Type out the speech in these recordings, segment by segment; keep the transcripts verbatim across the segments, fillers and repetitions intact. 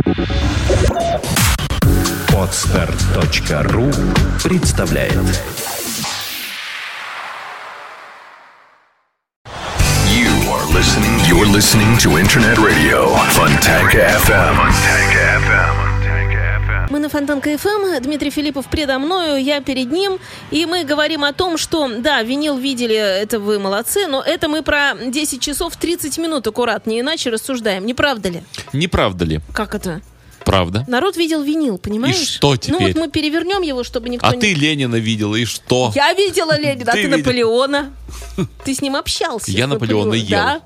Подстер точка ру представляет. You are listening. You're listening to Internet Radio Fontanka эф эм. Fontanka эф эм. Мы на Фонтанка эф эм, Дмитрий Филиппов предо мною, я перед ним, и мы говорим о том, что, да, винил видели, это вы молодцы, но это мы про десять часов тридцать минут аккуратно, не иначе рассуждаем, не правда ли? Не правда ли? Как это? Правда. Народ видел винил, понимаешь? И что теперь? Ну вот мы перевернем его, чтобы никто А не... ты Ленина видела, и что? Я видела Ленина, а ты видел. Наполеона. Ты с ним общался. Я Наполеона ел. Да?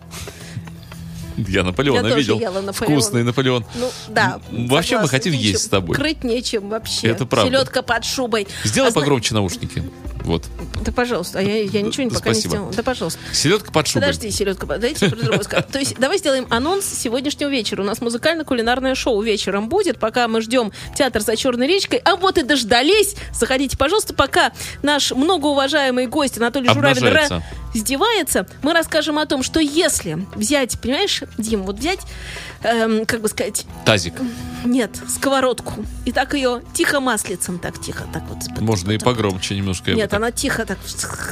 Я Наполеона Я видел. тоже ела Наполеона. Вкусный Наполеон. Ну, да. Вообще мы согласна, хотим нечем. есть с тобой. Крыть нечем вообще. Это правда. Селедка под шубой. Сделай А зна- погромче наушники. Вот. Да, пожалуйста. А я, я ничего не, пока Спасибо. не сделала. Да, пожалуйста. Селедка под шубой. Подожди, селедка, под- дайте про другое сказать. То есть давай сделаем анонс сегодняшнего вечера. У нас музыкально-кулинарное шоу вечером будет, пока мы ждем театр за Черной речкой. А вот и дождались. Заходите, пожалуйста, пока наш многоуважаемый гость Анатолий Журавин Обнажается. ра- издевается, мы расскажем о том, что если взять, понимаешь, Дим, вот взять, эм, как бы сказать, Тазик. нет, сковородку, и так ее тихо маслицем, так тихо, так вот. Можно и вот, погромче немножко. я бы Нет, так. она тихо так...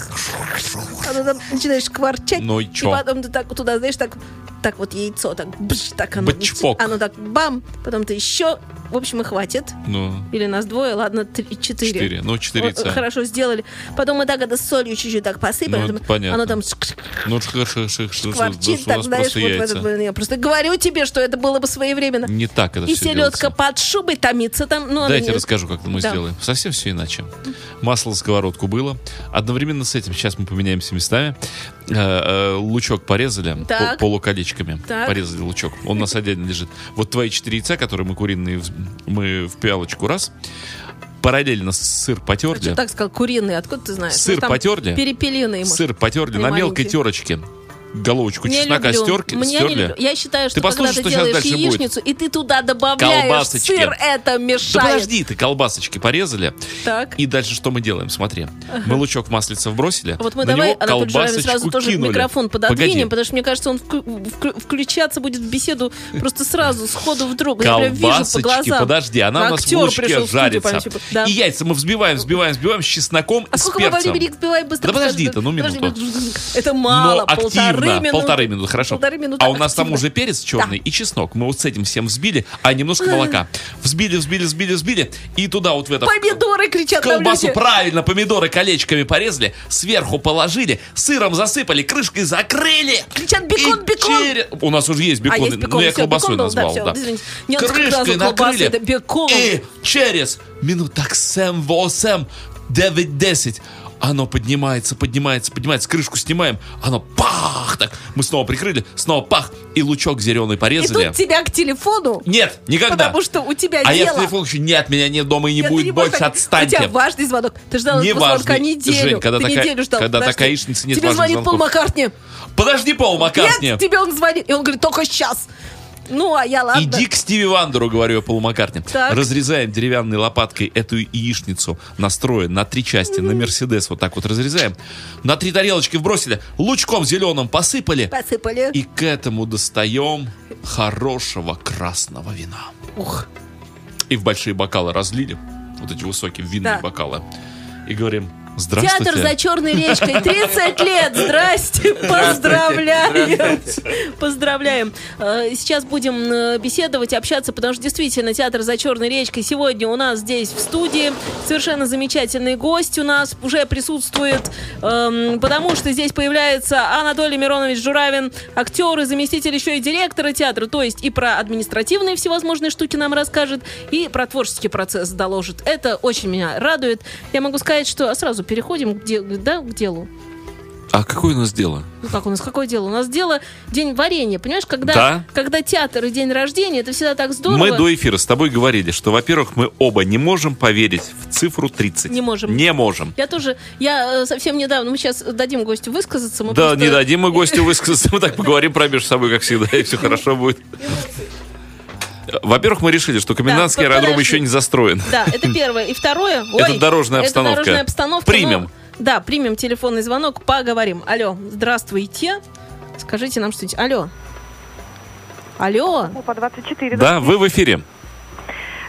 Она там начинаешь скворчать. Ну и чё? потом ты так вот туда, знаешь, так, так вот яйцо, так, бш, так оно, Бачпок. оно так бам, потом ты еще, в общем, и хватит. Ну, Или нас двое, ладно, три, четыре. четыре. Ну, четыре Вот, яйца. хорошо сделали. Потом мы так это с солью чуть-чуть так посыпали. Ну, потом это понятно. Оно там ну, ш- ш- ш- ш- скворчит, у так, нас знаешь, просто вот в яйца. этот... Я просто говорю тебе, что это было бы своевременно. Не так это И все селедка делается. под шубой томится там. Ну, она Дайте не- расскажу, как мы Да. сделаем. Совсем все иначе. Масло, сковородку было. Одновременно с этим, сейчас мы поменяемся местами. Э, э, Лучок порезали Так. по- полуколечками. Так. Порезали лучок. Он у нас отдельно лежит. Вот твои четыре яйца, которые мы куриные, вз- мы в пиалочку раз. Параллельно сыр А потерли. что так сказал, куриные, откуда ты знаешь? Сыр Ну, там потерли. Перепелиные, может. Сыр потерли Или на мелкой маленькие. терочке. Головочку Не чеснока люблю. стерки, Мне не стерли. люблю. Я считаю, что Ты когда послушай, ты что сейчас делаешь дальше будет. яичницу, и ты туда добавляешь Колбасочки. сыр, это мешает. Да подожди, ты колбасочки порезали. Так. И дальше что мы делаем? Смотри. Мы лучок в маслице вбросили. Вот мы на давай, него Анатолий Журавин, колбасочку сразу тоже кинули. микрофон пододвинем, Погоди. потому что, мне кажется, он вклю- вклю- включаться будет в беседу просто сразу, сходу вдруг. Я прям вижу по Колбасочки, глазам. подожди, она у нас в Актер лучке пришел в студию, жарится. прям, типа, да. И яйца мы взбиваем, взбиваем, взбиваем с чесноком А и с сколько мы во перцем. времени их сбиваем быстро? Да подожди Подожди, ты, ну подожди, минуту. Это мало, Но активно, полторы минуты. полторы минуты, хорошо. Полторы минуты А у нас там активно. уже перец черный и чеснок. Мы вот с этим всем взбили, а немножко молока. Взбили, взбили, взбили, взбили. И туда вот в это... Помидоры кричат нам Колбасу люди. правильно, помидоры колечками порезали, сверху положили, сыром засыпали, крышкой закрыли. Кричат бекон, И бекон. чере- У нас уже есть бекон, А, есть бекон, ну я всё, колбасой бекон был, да, назвал. всё, Да, извините. Не надо сказать Крышкой сразу колбасы, накрыли. это бекон. И через минут так семь, восемь, девять, десять оно поднимается, поднимается, поднимается, крышку снимаем, оно пах, так, мы снова прикрыли, снова пах, и лучок зеленый И порезали. тут тебя к телефону. Нет, никогда. Потому что у тебя а дело. я в телефон еще, нет, меня нет дома и не Нет, ты будет можешь больше, ходить. отстаньте. У тебя важный звонок. Ты ждал Не этого звонка важный. неделю. Жень, когда Ты такая- неделю ждал. когда Подожди. такая яичница, нет Тебе важных звонит Пол звонков. Маккартни. Подожди, Пол Маккартни. Нет, тебе он звонит. И он говорит, только сейчас. Ну, а я ладно. Иди к Стиви Вандеру, говорю я Полу Маккартни. Так. Разрезаем деревянной лопаткой эту яичницу, настроен на три части, на Мерседес, вот так вот разрезаем. На три тарелочки вбросили, лучком зеленым посыпали. Посыпали. И к этому достаем хорошего красного вина. Ух. И в большие бокалы разлили, вот эти высокие винные Да. бокалы. И говорим, здравствуйте. Театр за Черной речкой. тридцать лет. Здрасте. Поздравляем. Поздравляем. Э, Сейчас будем э, беседовать, общаться, потому что действительно Театр за Черной речкой сегодня у нас здесь в студии. Совершенно замечательный гость у нас уже присутствует, эм, потому что здесь появляется Анатолий Миронович Журавин, актер и заместитель еще и директора театра, то есть и про административные всевозможные штуки нам расскажет, и про творческий процесс доложит. Это очень меня радует. Я могу сказать, что а сразу переходим к, де- да, к делу. А какое у нас дело? Ну как у нас, какое дело? У нас дело день варенья, понимаешь, когда, Да. когда театр и день рождения, это всегда так здорово. Мы до эфира с тобой говорили, что, во-первых, мы оба не можем поверить в цифру тридцать. Не можем. Не можем. Я тоже, я э, совсем недавно, мы сейчас дадим гостю высказаться. Мы Да, просто- не дадим мы гостю высказаться, мы так поговорим про между собой, как всегда, и все хорошо будет. Во-первых, мы решили, что комендантский Да, аэродром подожди. еще не застроен. Да, это первое. И второе... Ой, Это дорожная это обстановка. дорожная обстановка. Примем. но- да, примем телефонный звонок, поговорим. Алло, здравствуйте. Скажите нам что-нибудь. Алло. Алло. По двадцать четыре. Да, вы в эфире.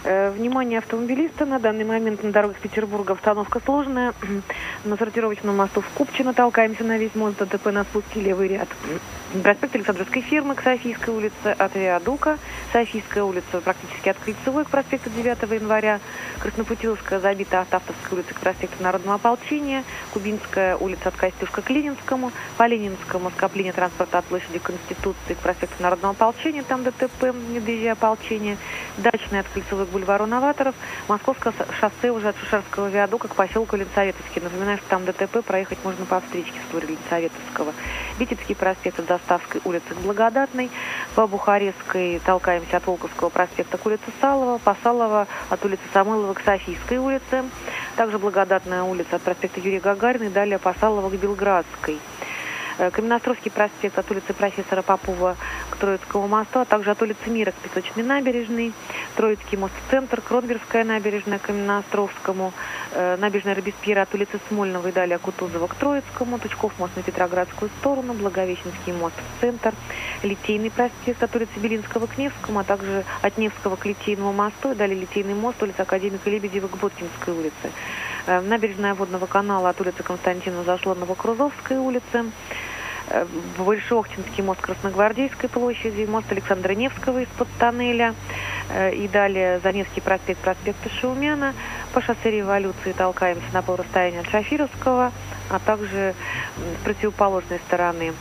Внимание автомобилиста, на данный момент на дорогах Петербурга обстановка сложная. На сортировочном мосту в Купчино толкаемся на весь мост, ДТП на спуске левый ряд. Проспект Александровской фирмы к Софийской улице от Виадука. Софийская улица практически от Кольцевой к проспекту девятого января. Краснопутиловская забита от Автовской улицы к проспекту Народного ополчения. Кубинская улица от Костюшка к Ленинскому. По Ленинскому скопление транспорта от площади Конституции к проспекту Народного ополчения. Там ДТП, не доезжая ополчения. Дачная от Кольцевой к бульвару Новаторов. Московское шоссе уже от Шушерского виадука к поселку Ленсоветовский. Напоминаю, что там ДТП, проехать можно по встречке в стороне Ленсоветовского. Витебский проспект от Заставской улицы к Благодатной. По Бухарестской толкаемся от Волковского проспекта к улице Салова. По Салова от улицы Самойлова к Софийской улице. Также Благодатная улица от проспекта Юрия Гагарина и далее по Салова к Белградской. Каменноостровский проспект от улицы профессора Попова к Троицкому мосту, а также от улицы Мира к Песочной набережной, Троицкий мост в центр, Кронверская набережная к Каменноостровскому, э, набережная Робеспьера от улицы Смольного и далее Кутузова к Троицкому, Тучков мост на Петроградскую сторону, Благовещенский мост в центр, Литейный проспект от улицы Белинского к Невскому, а также от Невского к Литейному мосту и далее Литейный мост, улица Академика Лебедева к Боткинской улице. Э, набережная Водного канала от улицы Константина Заслонова к Рузовской улице. Большеохтинский мост Красногвардейской площади, мост Александра Невского из-под тоннеля, и далее Заневский проспект, проспект Шаумяна. По шоссе Революции толкаемся на полрасстояния от Шафировского, а также с противоположной стороны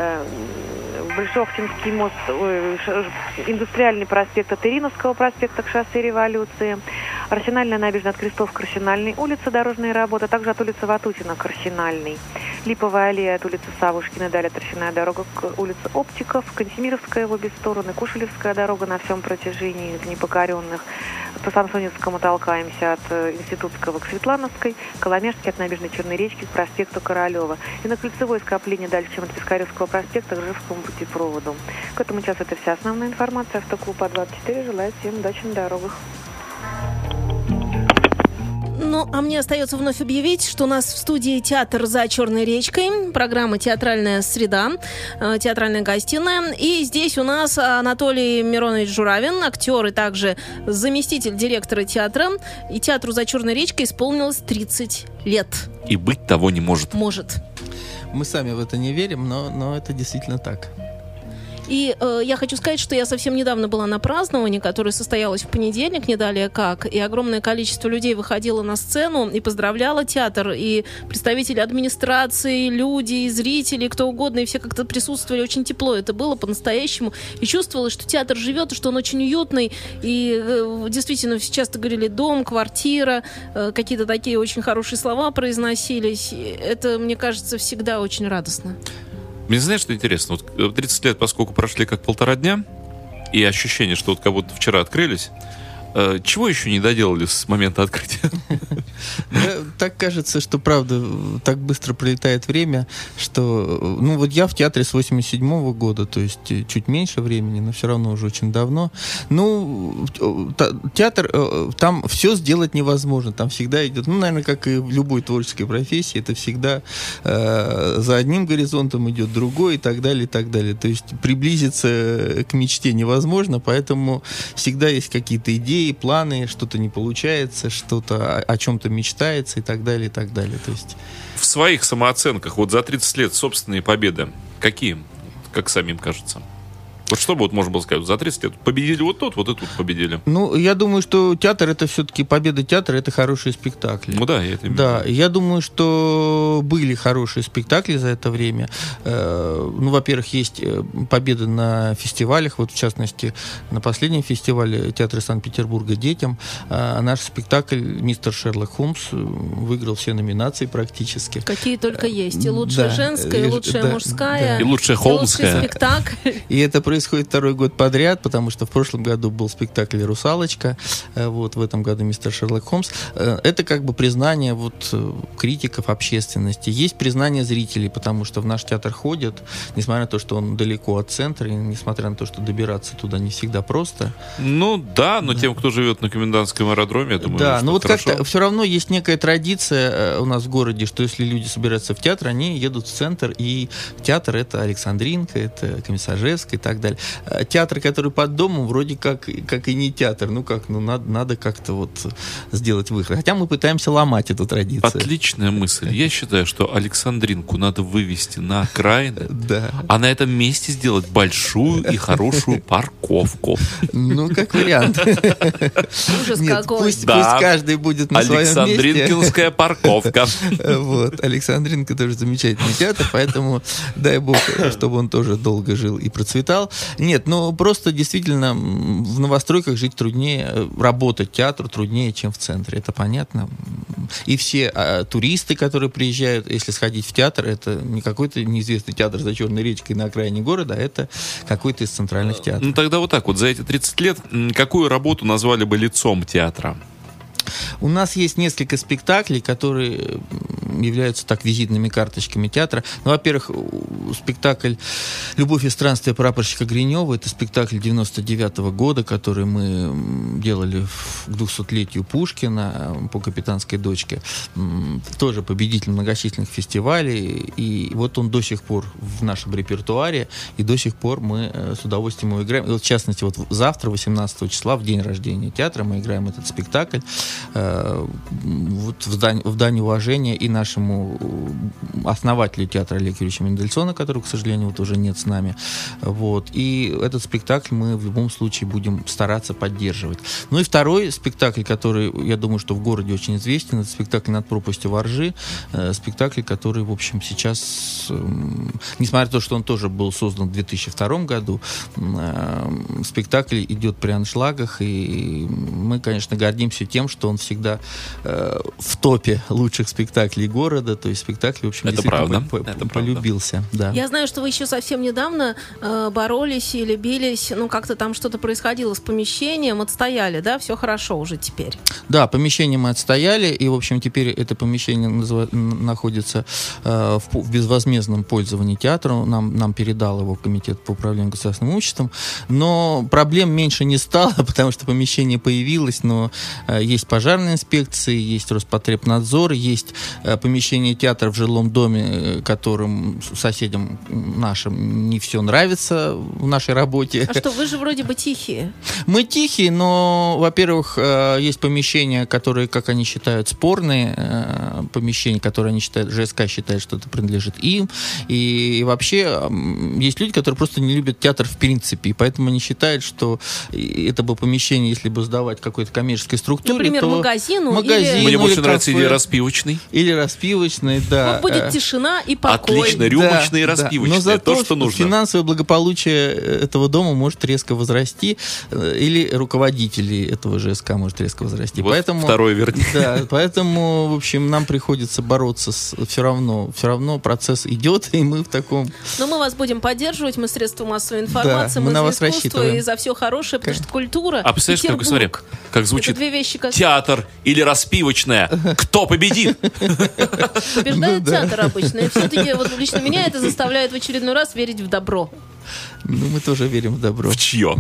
Большеохтинский мост, Индустриальный проспект от Ириновского проспекта к шоссе Революции, Арсенальная набережная от Крестов к Арсенальной улице, дорожные работы, а также от улицы Ватутина к Арсенальной, Липовая аллея от улицы Савушкина, далее торфяная дорога к улице Оптиков, Кантемировская в обе стороны, Кушелевская дорога на всем протяжении непокоренных. По Самсоневскому толкаемся от Институтского к Светлановской, Коломежский от набережной Черной речки к проспекту Королева. И на Кольцевое скопление дальше, чем от Пискаревского проспекта к Ржевскому путепроводу. К этому часу это вся основная информация. Автоклуб А двадцать четыре желает всем удачи на дорогах. Ну, а мне остается вновь объявить, что у нас в студии театр «За черной речкой», программа «Театральная среда», театральная гостиная. И здесь у нас Анатолий Миронович Журавин, актер и также заместитель директора театра. И театру «За черной речкой» исполнилось тридцать лет. И быть того не может. Может. Мы сами в это не верим, но, но это действительно так. И э, я хочу сказать, что я совсем недавно была на праздновании, которое состоялось в понедельник, не далее как, и огромное количество людей выходило на сцену и поздравляло театр, и представители администрации, люди, и зрители, кто угодно, и все как-то присутствовали очень тепло. Это было по-настоящему. И чувствовалось, что театр живет, что он очень уютный, и э, действительно все часто говорили «дом», «квартира», э, какие-то такие очень хорошие слова произносились. Это, мне кажется, всегда очень радостно. Мне знаешь, что интересно? Вот тридцать лет, поскольку прошли как полтора дня, и ощущение, что вот как будто вчера открылись, э, чего еще не доделали с момента открытия? Так кажется, что, правда, так быстро пролетает время, что... Ну, вот я в театре с восемьдесят седьмого года, то есть чуть меньше времени, но все равно уже очень давно. Ну, театр, там все сделать невозможно. Там всегда идет, ну, наверное, как и в любой творческой профессии, это всегда э, за одним горизонтом идет другой и так далее, и так далее. То есть приблизиться к мечте невозможно, поэтому всегда есть какие-то идеи, планы, что-то не получается, что-то о, о чем-то мечтается и так далее, и так далее. То есть... В своих самооценках вот за тридцать лет собственные победы какие, как самим кажется? Вот что бы вот можно было сказать, за тридцать лет победили вот тут, вот и тут победили. Ну, я думаю, что театр — это все-таки победа театра, это хорошие спектакли. Ну да, я это имею. Да, я думаю, что были хорошие спектакли за это время. Ну, во-первых, есть победы на фестивалях, вот в частности, на последнем фестивале театра Санкт-Петербурга детям наш спектакль «Мистер Шерлок Холмс» выиграл все номинации практически. Какие только есть. И лучшая да. женская, и лучшая да, мужская, да. и лучшая холмская. И лучший спектакль. И это происходит второй год подряд, потому что в прошлом году был спектакль «Русалочка», вот в этом году «Мистер Шерлок Холмс». Это как бы признание вот критиков, общественности. Есть признание зрителей, потому что в наш театр ходят, несмотря на то, что он далеко от центра, и несмотря на то, что добираться туда не всегда просто. Ну да, но да. Тем, кто живет на Комендантском аэродроме, я думаю, да, но вот хорошо. Как-то все равно есть некая традиция у нас в городе, что если люди собираются в театр, они едут в центр, и театр — это Александринка, это Комиссаржевская и так далее. далее. Театр, который под домом, вроде как, как и не театр. Ну как, ну надо, надо как-то вот сделать выход. Хотя мы пытаемся ломать эту традицию. Отличная мысль. Я считаю, что Александринку надо вывести на окраины, Да. а на этом месте сделать большую и хорошую парковку. Ну, как вариант. Ужас Нет, какой. пусть, Да. пусть каждый будет на своем месте. Александринкинская парковка. Вот. Александринка тоже замечательный театр, поэтому дай бог, чтобы он тоже долго жил и процветал. Нет, ну просто действительно в новостройках жить труднее, работать театру труднее, чем в центре, это понятно. И все а, туристы, которые приезжают, если сходить в театр, это не какой-то неизвестный театр за Черной речкой на окраине города, а это какой-то из центральных театров. Ну тогда вот так вот, за эти тридцать лет, м, какую работу назвали бы лицом театра? У нас есть несколько спектаклей, которые являются так визитными карточками театра. Ну, во-первых, спектакль «Любовь и странствия прапорщика Гринева». Это спектакль девяносто девятого года, который мы делали к двухсотлетию Пушкина по «Капитанской дочке». Тоже победитель многочисленных фестивалей. И вот он до сих пор в нашем репертуаре, и до сих пор мы с удовольствием его играем. И вот, в частности, вот завтра, восемнадцатого числа, в день рождения театра, мы играем этот спектакль. Вот в дань, в дань уважения и нашему основателю театра Олегу Юрьевичу Мендельсона, которого, к сожалению, вот уже нет с нами. Вот. И этот спектакль мы в любом случае будем стараться поддерживать. Ну и второй спектакль, который, я думаю, что в городе очень известен, это спектакль «Над пропастью во ржи». Спектакль, который, в общем, сейчас, несмотря на то, что он тоже был создан в две тысячи втором году, спектакль идет при аншлагах, и мы, конечно, гордимся тем, что он всегда э, в топе лучших спектаклей города, то есть спектакль, в общем, Это действительно правда. по- по- Это полюбился. Да. Я знаю, что вы еще совсем недавно э, боролись или бились, ну как-то там что-то происходило с помещением, отстояли, да? Все хорошо уже теперь. Да, помещение мы отстояли, и, в общем, теперь это помещение называ- находится э, в, в безвозмездном пользовании театра. Нам, нам передал его Комитет по управлению государственным имуществом, но проблем меньше не стало, потому что помещение появилось, но э, есть пожарная инспекция, есть Роспотребнадзор, есть э, помещение театра в жилом доме, э, которым соседям нашим не все нравится в нашей работе. А что, вы же вроде бы тихие. Мы тихие, но, во-первых, э, есть помещения, которые, как они считают, спорные, э, помещения, которые они считают, ЖСК считает, что это принадлежит им, и, и вообще э, есть люди, которые просто не любят театр в принципе, и поэтому они считают, что это бы помещение, если бы сдавать какой-то коммерческой структуре, Например, то магазину магазин, или... Мне ну, больше или нравится кафе. идея распивочной. Или распивочной, да. Вот будет Э, тишина и покой. Отлично, рюмочные и да, распивочные. Но зато То, что нужно. финансовое благополучие этого дома может резко возрасти, э, или руководителей этого ЖСК может резко возрасти. Вот поэтому, второе верни. Да, поэтому, в общем, нам приходится бороться с, все равно, все равно процесс идет, и мы в таком... Но мы вас будем поддерживать, мы средства массовой информации, Да, мы мы на за вас искусство рассчитываем. и за все хорошее, потому что культура, А представляешь, как, смотри, Петербург. как звучит Это две вещи, как... театр или распивочная. Кто победит? Побеждает Ну да. театр обычно. И все-таки вот лично меня это заставляет в очередной раз верить в добро. Ну, мы тоже верим в добро. В чье?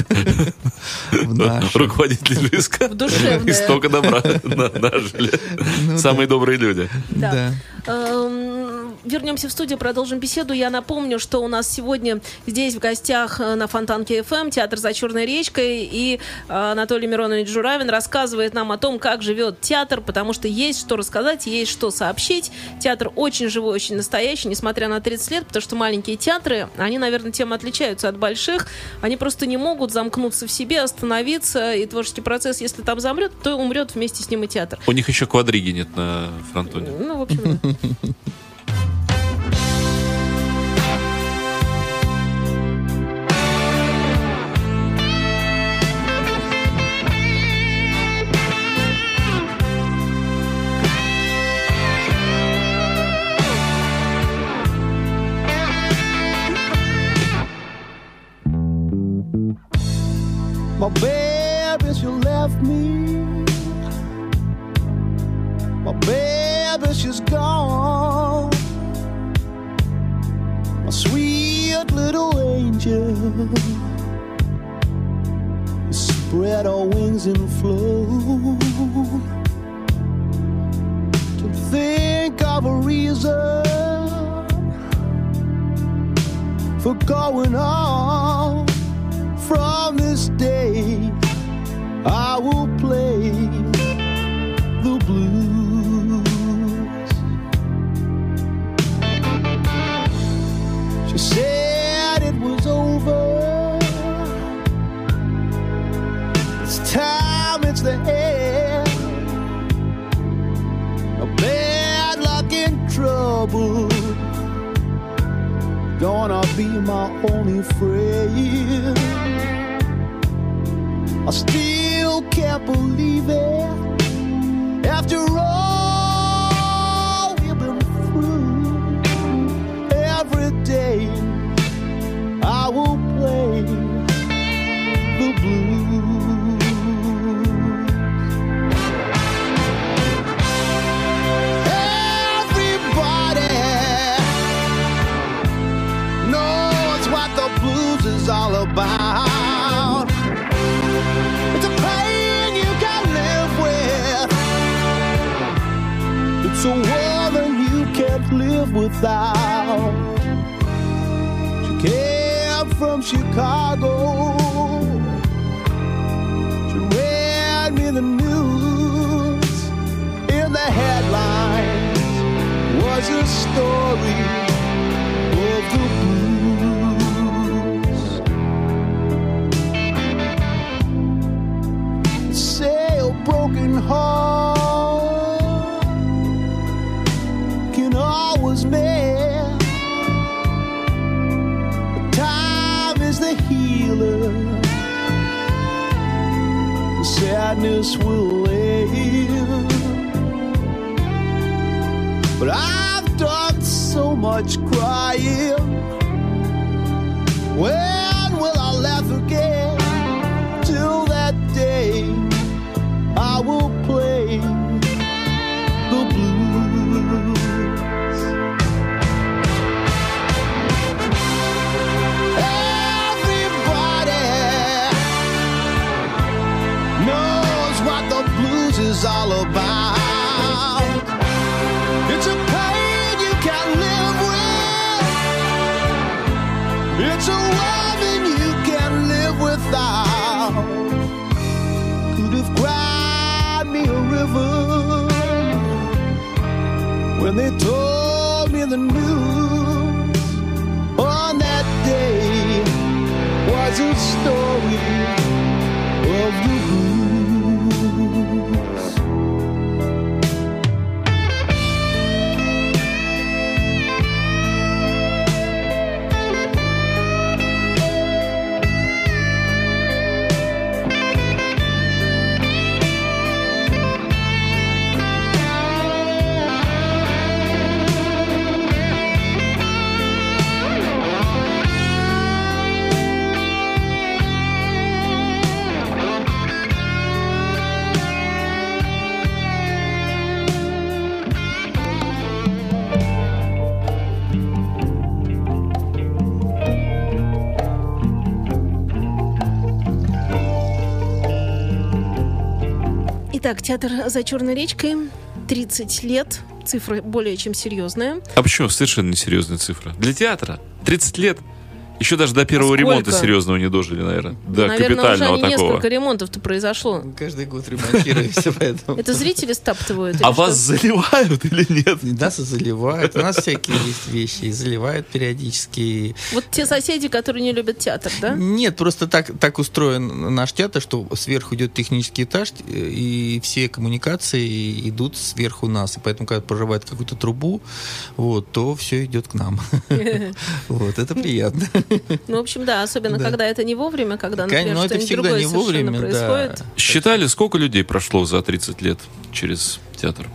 В наше. Руководитель ЖСК. В душевное. Истолько добра на- нажили. Самые добрые люди. Да. Да. Эм, Вернемся в студию, продолжим беседу. Я напомню, что у нас сегодня здесь в гостях э, на Фонтанке эф эм театр «За Черной речкой», и э, Анатолий Миронович Журавин рассказывает нам о том, как живет театр, потому что есть что рассказать, есть что сообщить. Театр очень живой, очень настоящий, несмотря на тридцать лет, потому что маленькие театры, они, наверное, тем отличаются от больших. Они просто не могут замкнуться в себе, остановиться, и творческий процесс, если там замрет, то умрет вместе с ним и театр. У них еще квадриги нет на фронтоне. Ну, в общем, да. My baby, she left me. My baby, she's gone. My sweet little angel. Spread her wings and flew. To think of a reason for going on. from this day I will play the blues. She said it was over. It's time, it's the end. A bad luck and trouble gonna be my only friend. I still can't believe it. After all we've been through, every day I will play the blues. Everybody knows what the blues is all about. It's a pain you can live with. It's a woman you can't live without. She came from Chicago. She read me the news. In the headlines was a story of the blues. Say a broken heart can always mend. Time is the healer. The sadness will end. But I've done so much crying. When will I laugh again? Till that day I will play the blues. Everybody knows what the blues is all about. It's a pain you can't live with. It's a woman you can't live without. Could have cried me a river when they told me the news. On that day was a story of the blues. Итак, театр «За черной речкой», тридцать лет, цифра более чем серьезная. А почему совершенно несерьезная цифра? Для театра тридцать лет. Еще даже до первого А ремонта сколько? серьезного не дожили, наверное. До Наверное, капитального уже они такого. несколько ремонтов-то произошло. Каждый год ремонтируемся, поэтому... Это зрители стаптывают? А или вас что? заливают или нет? Нас и заливают. У нас всякие есть вещи. И заливают периодически. Вот те соседи, которые не любят театр, да? Нет, просто так, так устроен наш театр, что сверху идет технический этаж, и все коммуникации идут сверху нас. И поэтому, когда прорывает какую-то трубу, вот, то все идет к нам. Вот, это приятно. Ну, в общем, да, особенно Да. когда это не вовремя, когда, например, Ну, это что-нибудь всегда другое не совершенно вовремя, происходит. да. Считали, сколько людей прошло за тридцать лет через театр?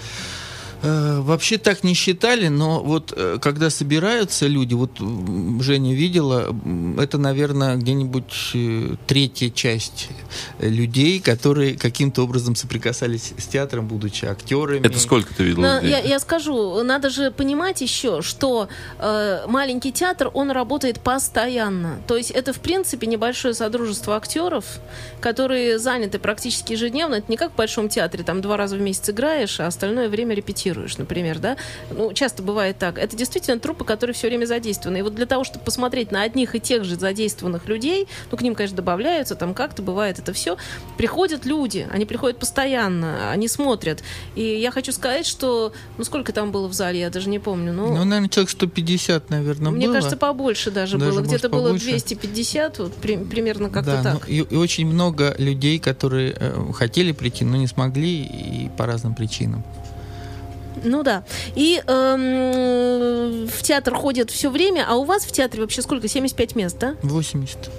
Э, Вообще так не считали, но вот э, когда собираются люди, вот м, Женя видела, м, это, наверное, где-нибудь э, третья часть людей, которые каким-то образом соприкасались с театром, будучи актерами. Это сколько ты видел Но людей? я, я скажу, надо же понимать еще, что э, маленький театр, он работает постоянно. То есть это, в принципе, небольшое содружество актеров, которые заняты практически ежедневно. Это не как в Большом театре, там два раза в месяц играешь, а остальное время репетируешь. репетируешь, например, да, ну, часто бывает так, это действительно труппы, которые все время задействованы. И вот для того, чтобы посмотреть на одних и тех же задействованных людей, ну, к ним, конечно, добавляются, там как-то бывает это все, приходят люди, они приходят постоянно, они смотрят. И я хочу сказать, что, ну, сколько там было в зале, я даже не помню. Ну, Ну, наверное, человек сто пятьдесят, наверное, мне было. кажется, побольше даже, Даже, было. может, Где-то было побольше. двести пятьдесят, вот, при- примерно как-то Да, так. ну, и, и очень много людей, которые э, хотели прийти, но не смогли и по разным причинам. Ну да. И эм, в театр ходят все время, а у вас в театре вообще сколько? семьдесят пять мест, да? восемьдесят.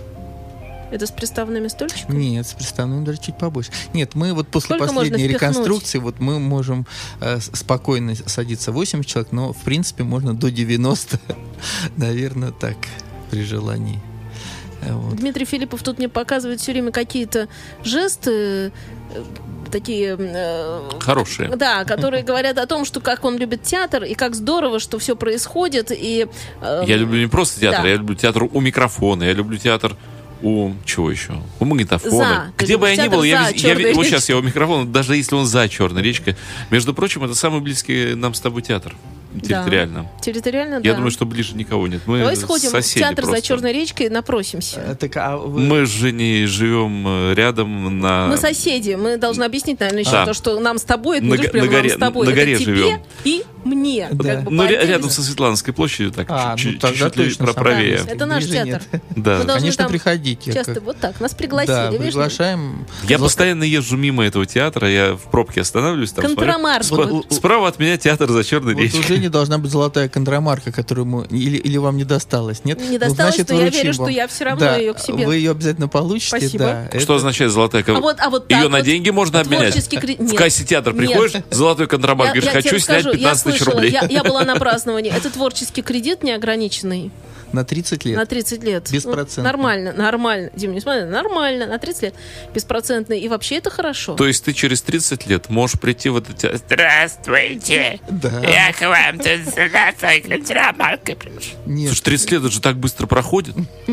Это с приставными стульчиками? Нет, с приставным даже чуть побольше. Нет, мы вот после Сколько можно последней впихнуть? реконструкции, вот мы можем э, с- спокойно садиться восемьдесят человек, но в принципе можно до девяноста, наверное, так, при желании. Э, вот. Дмитрий Филиппов тут мне показывает все время какие-то жесты, э, такие... э, Хорошие. Да, которые говорят о том, что как он любит театр, и как здорово, что все происходит, и... э, Я люблю не просто театр, да. я люблю театр у микрофона, я люблю театр у чего еще? У магнитофона. За. Ты Где бы я любишь ни был, театр я, за вез- я, «Черной вез- вот речкой». сейчас я у микрофона, даже если он за Черной речкой. Между прочим, это самый близкий нам с тобой театр. Территориально. Да. Территориально, Я да. думаю, что ближе никого нет. Мы Давай сходим в соседи театр просто. за Черной речкой, напросимся. Э, так, а вы- Мы с Женей живем э, рядом на... Мы соседи, мы должны объяснить, наверное, еще Да. то, что нам с тобой, это На не то, что го- прям на нам горе- с тобой, на это горе тебе живем. и мне. Да. Как бы Ну, по ря- отдельности. рядом со Светланской площадью, так А, чуть- ну, тогда чуть-чуть точно проправее. согласен. Это наш Ближе театр. нет. Да. Мы должны Конечно, там приходите. Часто как- вот так, нас пригласили, Да, видишь? приглашаем. Я постоянно езжу мимо этого театра, я в пробке останавливаюсь, там смотрю. Контрамарк. Спа- Вот- Справа от меня театр за Черной Вот у речкой. Жени должна быть золотая контрамарка, которую мы... Или, или вам не досталось, нет? Не Ну, досталось, значит, но я вручим верю, что вам. я всё равно Да, её к себе. Вы ее обязательно получите, Спасибо. да. Что Это- означает золотая А контрамарка? вот, а вот так Ее на вот деньги можно обменять? творческий кредит. В Нет. кассе театра Нет. приходишь, золотой контрабанд, говоришь, тебе хочу снять расскажу, пятнадцать я тысяч слышала, рублей. Я, я была на праздновании. Это творческий кредит неограниченный. На тридцать лет. На тридцать лет. Беспроцентный. Ну, нормально, нормально. Дим, не смотри, нормально, на тридцать лет. Беспроцентный. И вообще это хорошо. То есть ты через тридцать лет можешь прийти в этот театр. Здравствуйте, Да. я к вам тут золотой контрабандкой пришел. Нет. Слушай, тридцать лет это же так быстро проходит.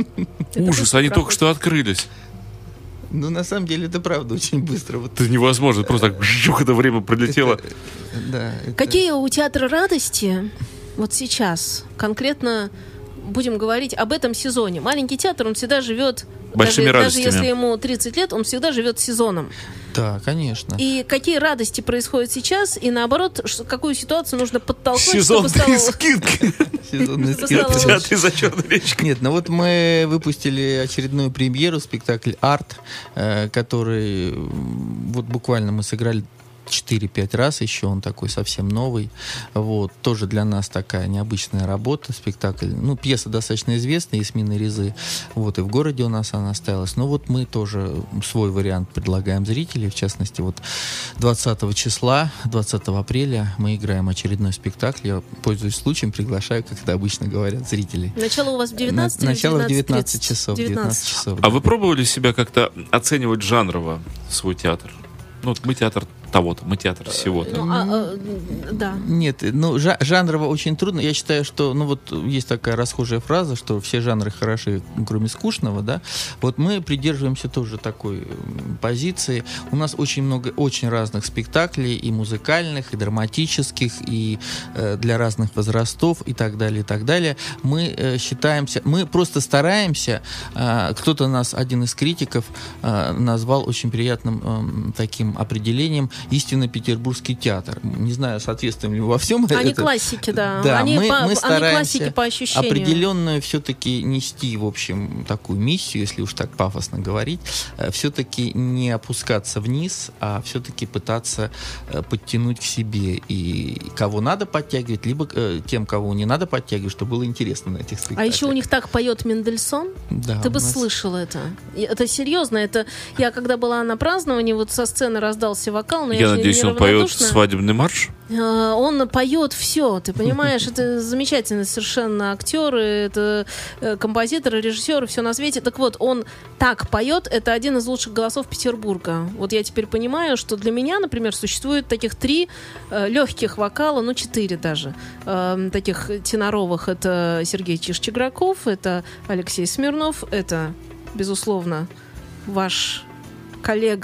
Ужас, быстро они только проходит. что открылись. Ну, на самом деле, это правда очень быстро. Вот, Это невозможно, это просто так жух, это время пролетело. да, это- Какие у театра радости вот сейчас конкретно будем говорить об этом сезоне? Маленький театр, он всегда живет... Большими даже, даже радостями. если ему тридцать лет, он всегда живет сезоном. Да, конечно. И какие радости происходят сейчас, и наоборот, ш- какую ситуацию нужно подтолкнуть, чтобы Сезонные стало... скидки. Сезонные Чтобы скидки. стало В театре за Черной речкой. Нет, ну вот мы выпустили очередную премьеру, спектакль «Арт», э, который м, вот буквально мы сыграли четыре-пять раз, еще он такой совсем новый. Вот, тоже для нас такая необычная работа, спектакль. Ну, пьеса достаточно известная, «Ясмин и Резы». Вот, и в городе у нас она осталась. Но вот мы тоже свой вариант предлагаем зрителям. В частности, вот двадцатого числа, двадцатого апреля мы играем очередной спектакль. Я, пользуясь случаем, приглашаю, как это обычно говорят, зрителей. Начало у вас в девятнадцать На- или Начало в девятнадцать девятнадцать тридцать? часов. девятнадцать часов. А вы пробовали себя как-то оценивать жанрово свой театр? Ну, вот мы театр того-то, мы театр всего-то. Ну, а, а, да. Нет, ну, жа- жанрово очень трудно. Я считаю, что, ну, вот есть такая расхожая фраза, что все жанры хороши, кроме скучного, да. Вот мы придерживаемся тоже такой м, позиции. У нас очень много, очень разных спектаклей, и музыкальных, и драматических, и э, для разных возрастов, и так далее, и так далее. Мы э, считаемся, мы просто стараемся, э, кто-то нас, один из критиков, э, назвал очень приятным эм, таким определением истинно петербургский театр. Не знаю, соответствуем ли мы во всем Они это. классики, да. Да, они, мы, по- мы они стараемся классики по ощущению. определенную все-таки нести, в общем, такую миссию, если уж так пафосно говорить, все-таки не опускаться вниз, а все-таки пытаться э, подтянуть к себе и кого надо подтягивать, либо э, тем, кого не надо подтягивать, чтобы было интересно на этих спектаклях. А еще у них так поет Мендельсон. Да, Ты у бы нас- слышал это. И Это серьезно. Это я когда была на праздновании, вот со сцены раздался вокал, но я, Я же надеюсь, не он поет равнодушна. свадебный марш? Э, Он поет все, ты понимаешь, это замечательные совершенно актеры, это э, композиторы, режиссеры, все на свете. Так вот, он так поет, это один из лучших голосов Петербурга. Вот я теперь понимаю, что для меня, например, существует таких три э, легких вокала, ну четыре даже, э, таких теноровых. Это Сергей Чиж-Чиграков, это Алексей Смирнов, это, безусловно, ваш коллега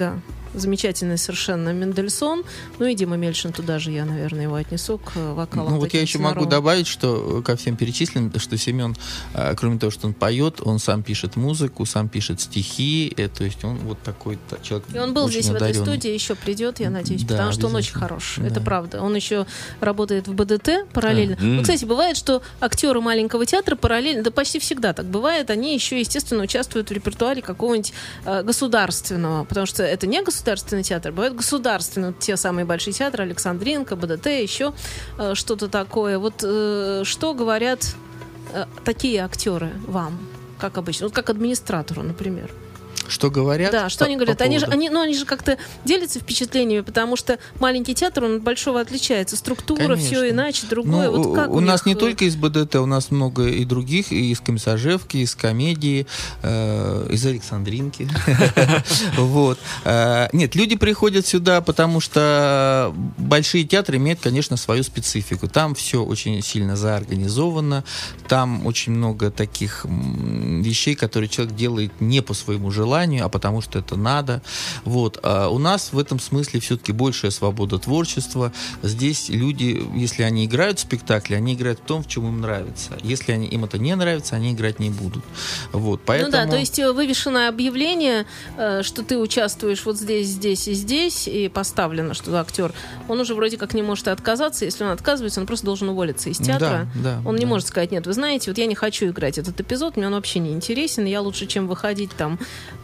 замечательный совершенно Мендельсон. Ну и Дима Мельшин, туда же я, наверное, его отнесу к вокалам. Ну вот я еще могу добавить, что ко всем перечисленным, что Семен, кроме того, что он поет, он сам пишет музыку, сам пишет стихи, э, то есть он вот такой человек. И он был очень здесь одаренный. В этой студии, еще придет, я надеюсь, Да, потому что он очень хорош. Да. Это правда. Он еще работает в БДТ параллельно. Да. Ну, кстати, бывает, что актеры маленького театра параллельно, да почти всегда так бывает, они еще, естественно, участвуют в репертуаре какого-нибудь э, государственного, потому что это не государственный театр, бывают государственные, те самые большие театры, Александринка, БДТ, еще э, что-то такое. Вот э, что говорят э, такие актеры вам, как обычно, вот как администратору, например? Что говорят? Да, что по, они говорят? по Они же, они, ну, они же как-то делятся впечатлениями, потому что маленький театр, он от большого отличается. Структура, Конечно. все иначе, другое. Ну, вот как у, у нас не только из БДТ, у нас много и других, и из Комиссажевки, из комедии, э, из Александринки. Вот. Нет, люди приходят сюда, потому что большие театры имеют, конечно, свою специфику. Там все очень сильно заорганизовано, там очень много таких вещей, которые человек делает не по своему желанию, а потому что это надо. Вот. А у нас в этом смысле все-таки большая свобода творчества. Здесь люди, если они играют в спектакле, они играют в том, в чем им нравится. Если они, им это не нравится, они играть не будут. Вот. Поэтому... Ну да, то есть вывешенное объявление, что ты участвуешь вот здесь, здесь и здесь, и поставлено, что актер, он уже вроде как не может отказаться. Если он отказывается, он просто должен уволиться из театра. Да, да, он не да. может сказать: нет, вы знаете, вот я не хочу играть этот эпизод, мне он вообще не интересен, я лучше, чем выходить там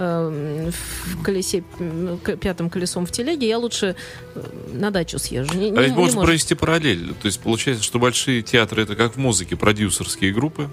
в колесе, пятым колесом в телеге, я лучше на дачу съезжу. Не, а ведь не можно может. провести параллель. То есть получается, что большие театры — это как в музыке, продюсерские группы.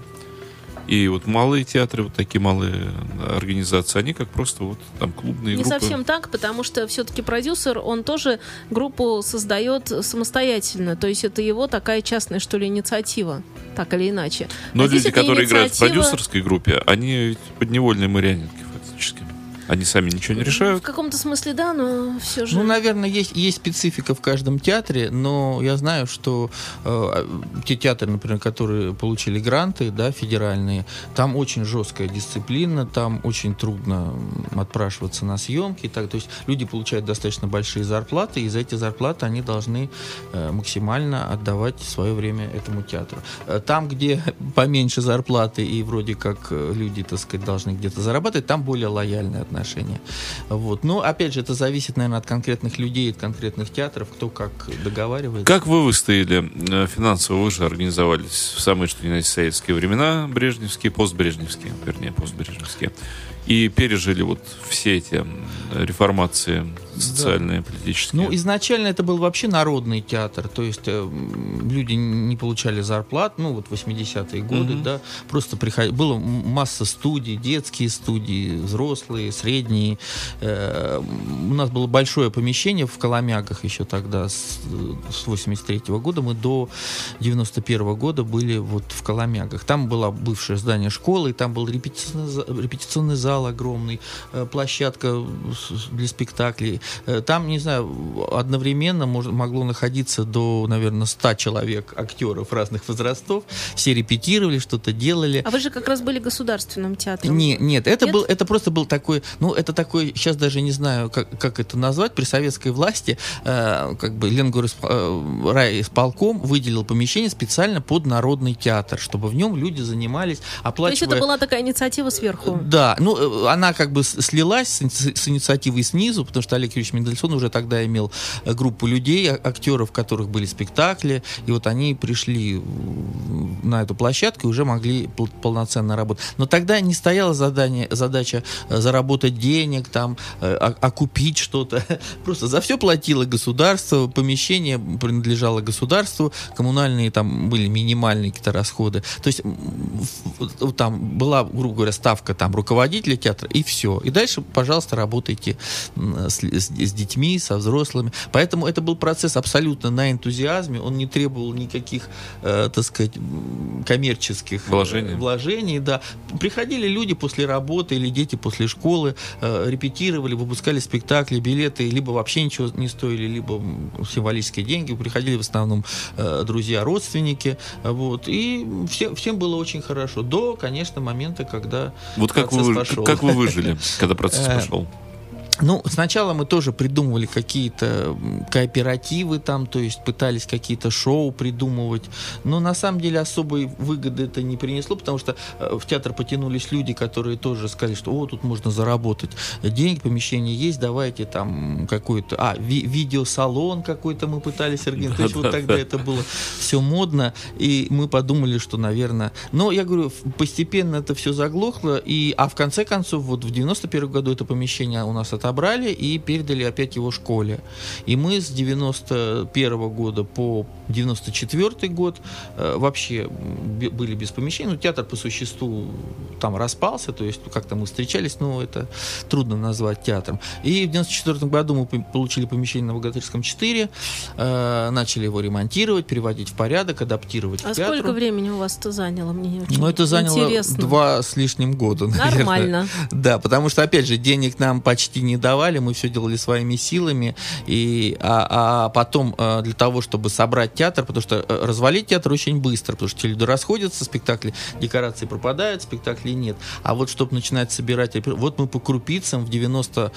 И вот малые театры, вот такие малые организации, они как просто вот там клубные не группы. Не совсем так, потому что все-таки продюсер, он тоже группу создает самостоятельно. То есть это его такая частная, что ли, инициатива, так или иначе. Но а люди, которые инициатива... играют в продюсерской группе, они ведь подневольные марионетки фактически. Они сами ничего не решают. В каком-то смысле да, но все же... Ну, наверное, есть, есть специфика в каждом театре, но я знаю, что э, те театры, например, которые получили гранты, да, федеральные, там очень жесткая дисциплина, там очень трудно отпрашиваться на съемки. Так, то есть люди получают достаточно большие зарплаты, и за эти зарплаты они должны э, максимально отдавать свое время этому театру. Там, где поменьше зарплаты и вроде как люди, так сказать, должны где-то зарабатывать, там более лояльные отношения. Отношения. Вот. Но, опять же, это зависит, наверное, от конкретных людей, от конкретных театров, кто как договаривается. Как вы выстояли финансово? Вы же организовались в самые, что ни на есть, советские времена, брежневские, постбрежневские, вернее, постбрежневские, и пережили вот все эти реформации социальные, да. политические. Ну, изначально это был вообще народный театр, то есть э, люди не получали зарплат, ну, вот восьмидесятые годы, mm-hmm. да, просто приход... было масса студий, детские студии, взрослые, средние. Э, у нас было большое помещение в Коломягах еще тогда, с, с восемьдесят третьего года, мы до девяносто первого года были вот в Коломягах. Там было бывшее здание школы, там был репетиционный, репетиционный зал огромный, э, площадка для спектаклей. Там, не знаю, одновременно мож, могло находиться до, наверное, ста человек, актеров разных возрастов. Все репетировали, что-то делали. А вы же как раз были государственным театром. Не, нет, это, нет? Был, это просто был такой, ну, это такой, сейчас даже не знаю, как, как это назвать, при советской власти, э, как бы Ленгорисполком выделил помещение специально под народный театр, чтобы в нем люди занимались, оплачивая... То есть это была такая инициатива сверху? Да, ну, она как бы слилась с, с инициативой снизу, потому что Олег Юрьевич Мендельсон уже тогда имел группу людей, актеров, у которых были спектакли, и вот они пришли на эту площадку и уже могли пол- полноценно работать. Но тогда не стояла задание, задача заработать денег, там, окупить что-то. Просто за все платило государство, помещение принадлежало государству, коммунальные там были минимальные какие-то расходы. То есть там была, грубо говоря, ставка там руководителя театра, и все. И дальше, пожалуйста, работайте с, с, с детьми, со взрослыми. Поэтому это был процесс абсолютно на энтузиазме, он не требовал никаких, э, так сказать, коммерческих вложений. Э, вложений, да. Приходили люди после работы или дети после школы, э, репетировали, выпускали спектакли, билеты, либо вообще ничего не стоили, либо символические деньги. Приходили в основном э, друзья, родственники, вот, и все, всем было очень хорошо. До, конечно, момента, когда вот как процесс вы, пошел. Как вы выжили, когда процесс пошел? Ну, сначала мы тоже придумывали какие-то кооперативы там, то есть пытались какие-то шоу придумывать, но на самом деле особой выгоды это не принесло, потому что в театр потянулись люди, которые тоже сказали, что о, тут можно заработать денег, помещение есть, давайте там какой-то, а, ви- видеосалон какой-то мы пытались организовать, то есть вот тогда это было все модно, и мы подумали, что, наверное, но я говорю, постепенно это все заглохло, и, а в конце концов, вот в девяносто первом году это помещение у нас отобрали и передали опять его школе. И мы с девяносто первого года по девяносто четвёртый год э, вообще б- были без помещения. Ну, театр по существу там распался, то есть как-то мы встречались, но это трудно назвать театром. И в девяносто четвёртом году мы п- получили помещение на Богатырском четыре, э, начали его ремонтировать, приводить в порядок, адаптировать А к театру. сколько времени у вас это заняло? Мне очень Ну, это заняло интересно. два с лишним года, наверное. Нормально. Да, потому что, опять же, денег нам почти не давали, мы все делали своими силами, и, а, а потом а, для того, чтобы собрать театр, потому что а, развалить театр очень быстро, потому что те люди расходятся, спектакли, декорации пропадают, спектаклей нет. А вот чтобы начинать собирать, вот мы по крупицам в девяносто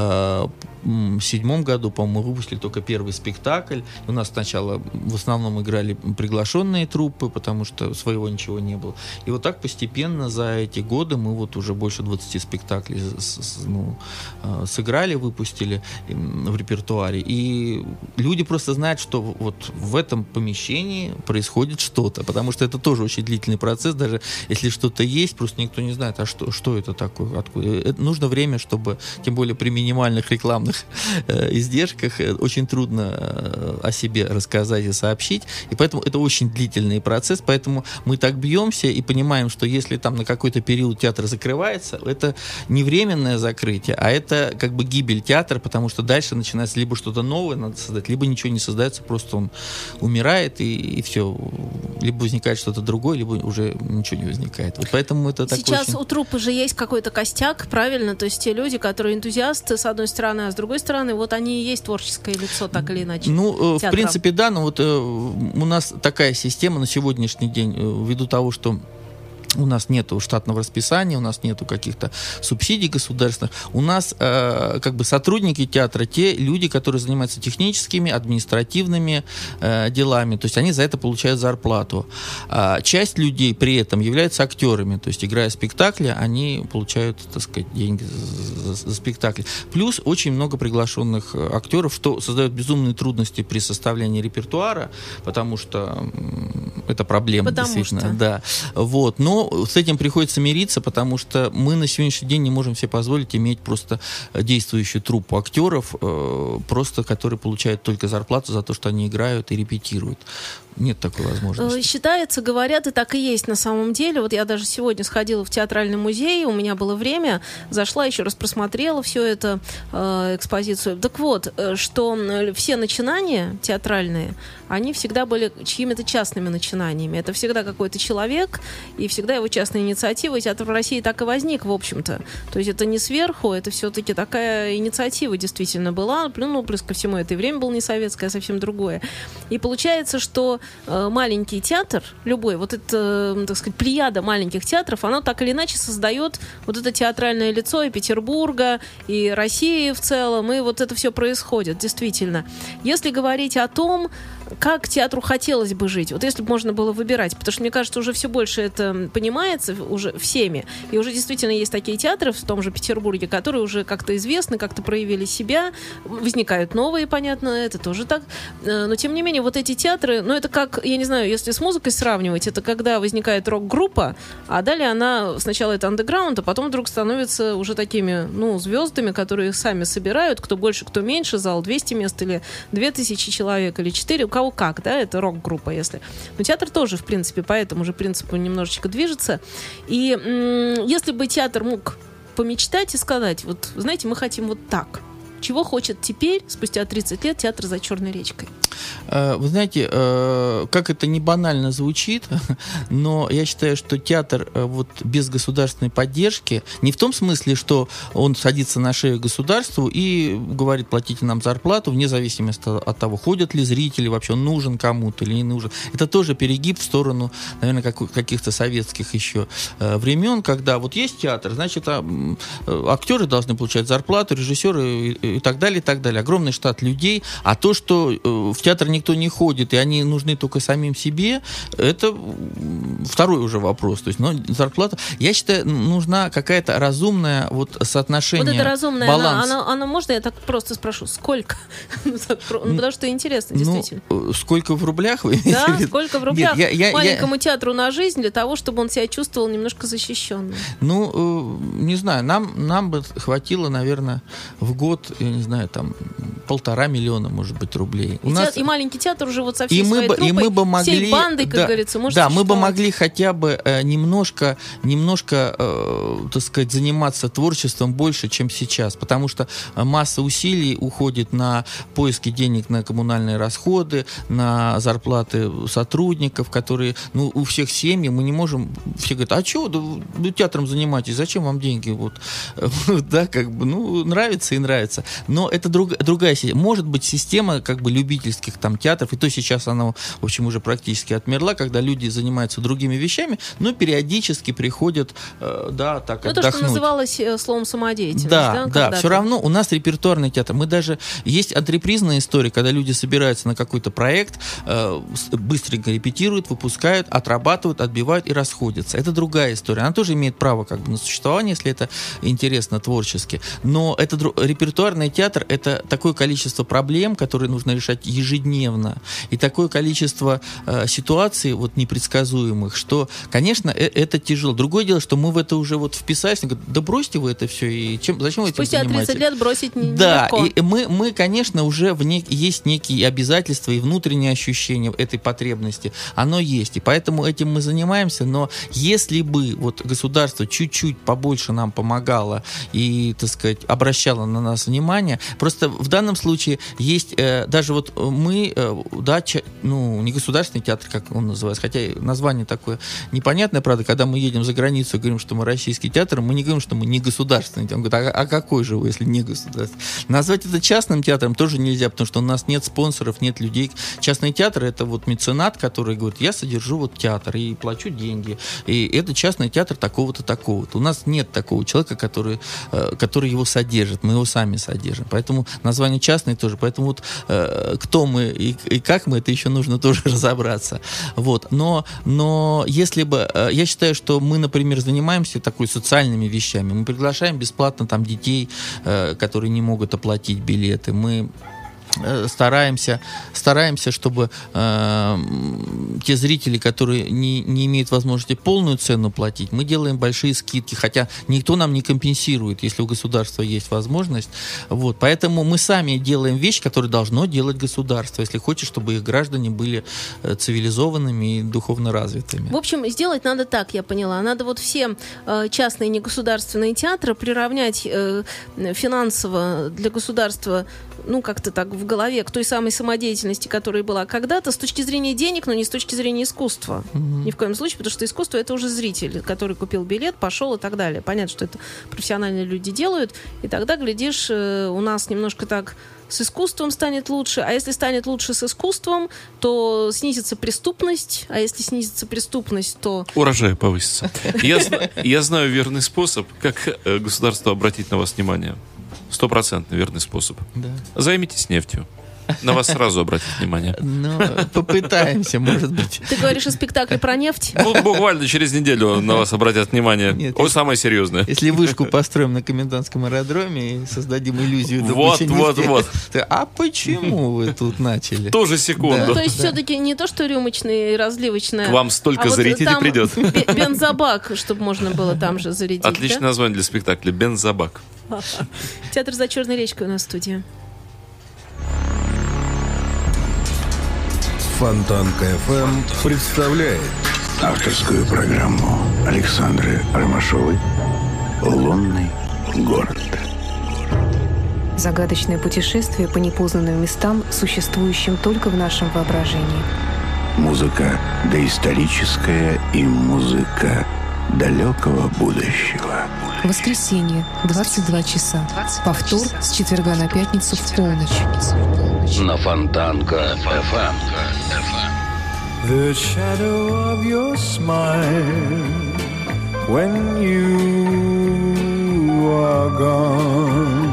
седьмом году, по-моему, выпустили только первый спектакль. У нас сначала в основном играли приглашенные труппы, потому что своего ничего не было. И вот так постепенно за эти годы мы вот уже больше двадцати спектаклей с, с, ну, сыграли, выпустили в репертуаре. И люди просто знают, что вот в этом помещении происходит что-то, потому что это тоже очень длительный процесс, даже если что-то есть, просто никто не знает, а что, что это такое, откуда. Это нужно время, чтобы, тем более при минимальных рекламных э, издержках, э, очень трудно э, о себе рассказать и сообщить, и поэтому это очень длительный процесс, поэтому мы так бьемся и понимаем, что если там на какой-то период театр закрывается, это не временное закрытие, а это как бы гибель театра, потому что дальше начинается либо что-то новое надо создать, либо ничего не создается, просто он умирает, и, и все. Либо возникает что-то другое, либо уже ничего не возникает. Вот поэтому это такое. Сейчас очень... у труппы же есть какой-то костяк, правильно? То есть те люди, которые энтузиасты, с одной стороны, а с другой стороны, вот они и есть творческое лицо, так или иначе. Ну, э, в театра. принципе, да, но вот э, у нас такая система на сегодняшний день, э, ввиду того, что у нас нету штатного расписания, у нас нету каких-то субсидий государственных. У нас э, как бы сотрудники театра, те люди, которые занимаются техническими, административными э, делами, то есть они за это получают зарплату. А часть людей при этом являются актерами, то есть играя спектакли, они получают, так сказать, деньги за, за, за спектакли. Плюс очень много приглашенных актеров, что создает безумные трудности при составлении репертуара, потому что м, это проблема, потому действительно. что. Да. Вот. Но с этим приходится мириться, потому что мы на сегодняшний день не можем себе позволить иметь просто действующую труппу актеров, э, просто которые получают только зарплату за то, что они играют и репетируют. Нет такой возможности. Считается, говорят, и так и есть на самом деле. Вот я даже сегодня сходила в театральный музей, у меня было время, зашла, еще раз просмотрела всю эту э, экспозицию. Так вот, что все начинания театральные, они всегда были чьими-то частными начинаниями. Это всегда какой-то человек, и всегда его частная инициатива. И театр в России так и возник, в общем-то. То есть это не сверху, это все-таки такая инициатива действительно была. Ну, плюс ко всему, это и время было не советское, а совсем другое. И получается, что маленький театр, любой, вот это, так сказать, плеяда маленьких театров, оно так или иначе создает вот это театральное лицо и Петербурга, и России в целом, и вот это все происходит, действительно. Если говорить о том, как театру хотелось бы жить, вот если бы можно было выбирать, потому что, мне кажется, уже все больше это понимается уже всеми, и уже действительно есть такие театры в том же Петербурге, которые уже как-то известны, как-то проявили себя, возникают новые, понятно, это тоже так, но тем не менее вот эти театры, ну это как, я не знаю, если с музыкой сравнивать, это когда возникает рок-группа, а далее она сначала это андеграунд, а потом вдруг становится уже такими, ну, звездами, которые их сами собирают, кто больше, кто меньше, зал двести мест или две тысячи человек, или четыре, у кого как, да, это рок-группа, если. Но театр тоже, в принципе, по этому же принципу немножечко движется. И м- если бы театр мог помечтать и сказать, вот, знаете, мы хотим вот так. Чего хочет теперь, спустя тридцать лет, театр за Черной речкой? Вы знаете, как это не банально звучит, но я считаю, что театр вот без государственной поддержки, не в том смысле, что он садится на шею государству и говорит, платите нам зарплату, вне зависимости от того, ходят ли зрители, вообще он нужен кому-то или не нужен. Это тоже перегиб в сторону, наверное, как, каких-то советских еще времен, когда вот есть театр, значит, актеры должны получать зарплату, режиссеры и, и так далее, и так далее. Огромный штат людей, а то, что в театр никто не ходит, и они нужны только самим себе, это второй уже вопрос. То есть, но зарплата... Я считаю, нужна какая-то разумная вот соотношение, вот это разумное, баланс. Она, она, она, можно я так просто спрошу, сколько? Ну, потому что интересно, действительно. Ну, сколько в рублях вы Да, имеете? сколько в рублях Нет, я, я, маленькому я... театру на жизнь для того, чтобы он себя чувствовал немножко защищенным? Ну, не знаю, нам, нам бы хватило, наверное, в год, я не знаю, там, полтора миллиона, может быть, рублей. И, У нас... те, и маленький театр уже вот со всей и мы своей бы, труппой, и мы бы могли, всей бандой, как да, говорится, может да, мы бы существовать. могли хотя бы э, немножко, немножко, э, так сказать, заниматься творчеством больше, чем сейчас, потому что масса усилий уходит на поиски денег на коммунальные расходы, на зарплаты сотрудников, которые, ну, у всех семьи, мы не можем, все говорят, а что, да, вы театром занимаетесь, зачем вам деньги, вот, да, как бы, ну, нравится и нравится, но это друг, другая система, может быть, система, как бы, любительских там театров, и то сейчас она, в общем, уже практически отмерла, когда люди занимаются другими вещами, но периодически приходят, э, да, так, ну, отдохнуть. То, что называлось э, словом самодеятельность. Да, Да, да, все равно у нас репертуарный театр. Мы даже... Есть отрепризная история, когда люди собираются на какой-то проект, э, быстренько репетируют, выпускают, отрабатывают, отбивают и расходятся. Это другая история. Она тоже имеет право как бы на существование, если это интересно творчески. Но это дру... репертуарный театр — это такое количество проблем, которые нужно решать ежедневно, и такое количество э, ситуаций вот непредсказуемых, что, конечно, э- это тяжело. Другое дело, что мы в это уже вот вписались, говорят, да бросьте вы это все, и чем, зачем вы этим Спустя занимаетесь? тридцать лет бросить не Да, легко. и мы, мы, конечно, уже в нек- есть некие обязательства и внутреннее ощущение этой потребности. Оно есть, и поэтому этим мы занимаемся, но если бы вот государство чуть-чуть побольше нам помогало и, так сказать, обращало на нас внимание, просто в данном случае есть, э, даже вот мы, э, да, ча- ну, не государственный театр, как он называется, хотя название такое непонятное, правда, когда мы едем за границу и говорим, что мы российский театр, мы не говорим, что мы не государственный театр. Он говорит, а, а какой же вы, если не государственный? Назвать это частным театром тоже нельзя, потому что у нас нет спонсоров, нет людей. Частный театр — это вот меценат, который говорит, я содержу вот театр и плачу деньги. И это частный театр такого-то, такого-то. У нас нет такого человека, который, который его содержит. Мы его сами содержим. Поэтому название частный тоже. Поэтому вот кто мы и, и как мы, это еще нужно тоже разобраться. Вот. Но, но если бы... Я считаю, что мы, например, занимаемся такой социальными вещами. Мы приглашаем бесплатно там детей, которые не могут оплатить билеты. Мы стараемся, стараемся, чтобы э, те зрители, которые не, не имеют возможности полную цену платить, мы делаем большие скидки, хотя никто нам не компенсирует, если у государства есть возможность. Вот. Поэтому мы сами делаем вещь, которую должно делать государство, если хочет, чтобы их граждане были цивилизованными и духовно развитыми. В общем, сделать надо так, я поняла. Надо вот все э, частные негосударственные театры приравнять э, финансово для государства, ну, как-то так в голове к той самой самодеятельности, которая была когда-то, с точки зрения денег, но не с точки зрения искусства. Mm-hmm. Ни в коем случае, потому что искусство — это уже зритель, который купил билет, пошел и так далее. Понятно, что это профессиональные люди делают, и тогда, глядишь, у нас немножко так с искусством станет лучше, а если станет лучше с искусством, то снизится преступность, а если снизится преступность, то... Урожай повысится. Я, я знаю верный способ, как государство обратить на вас внимание. Стопроцентный верный способ. Да. Займитесь нефтью. На вас сразу обратят внимание. Ну, попытаемся, может быть. Ты говоришь о спектакле про нефть? Ну, буквально через неделю на вас обратят внимание. Нет, Ой, самое серьезное. Если вышку построим на комендантском аэродроме и создадим иллюзию добычи нефти. Вот, вот, вот. А почему вы тут начали? Ту же секунду. Да. Ну, то есть да. Все-таки не то, что рюмочная и разливочная. К вам столько а зрителей вот придет. Бензобак, чтобы можно было там же зарядить. Отличное да? название для спектакля. Бензобак. Театр за Черной речкой у нас в студии. Фонтанка эф эм представляет авторскую программу Александры Ромашовой «Лунный город». Загадочное путешествие по непознанным местам, существующим только в нашем воображении. Музыка доисторическая и музыка далекого будущего. Воскресенье, двадцать два часа. Повтор с четверга на пятницу в полночь. На Фонтанка эф эм. The shadow of your smile when you are gone.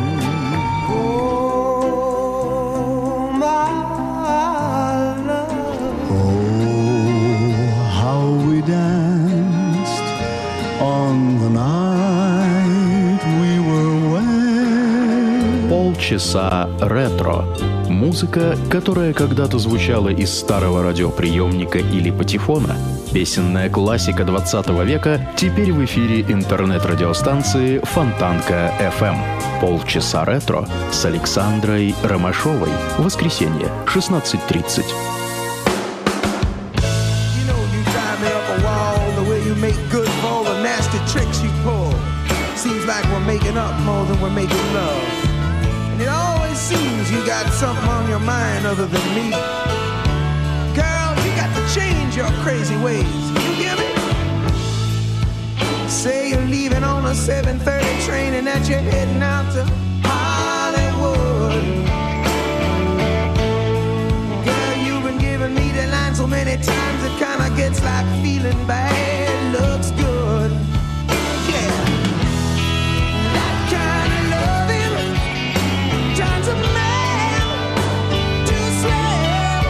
Oh, my love. Oh, how we danced on the night we were wed. Полчаса ретро. Музыка, которая когда-то звучала из старого радиоприемника или патефона. Песенная классика двадцатого века теперь в эфире интернет-радиостанции Фонтанка эф эм. Полчаса ретро с Александрой Ромашовой. Воскресенье, шестнадцать тридцать. You know you drive me up a wall the way you make good for all the nasty tricks you pull. Seems like we're making up more than we're making love. And it always seems you got something on your mind other than me. Girl, you got to change your crazy ways. You hear me? Say you're leaving on a seven thirty train and that you're heading out to Hollywood. Girl, you've been giving me the line so many times it kinda gets like feeling bad looks good. Yeah. That kind of loving turns a man to a slave.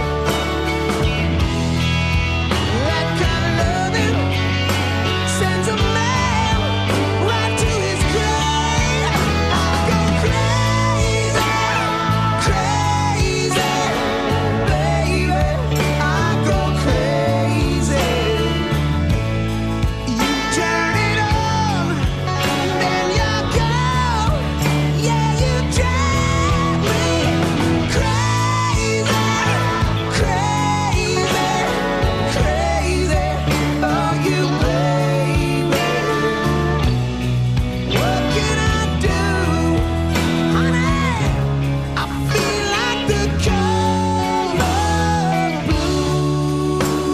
That kind of loving sends a man right to his grave. I go crazy, crazy, baby. I go crazy. You turn it on, then you go. Yeah, you drive me crazy, crazy, crazy. Oh, you baby. What can I do, honey? I feel like the color blue.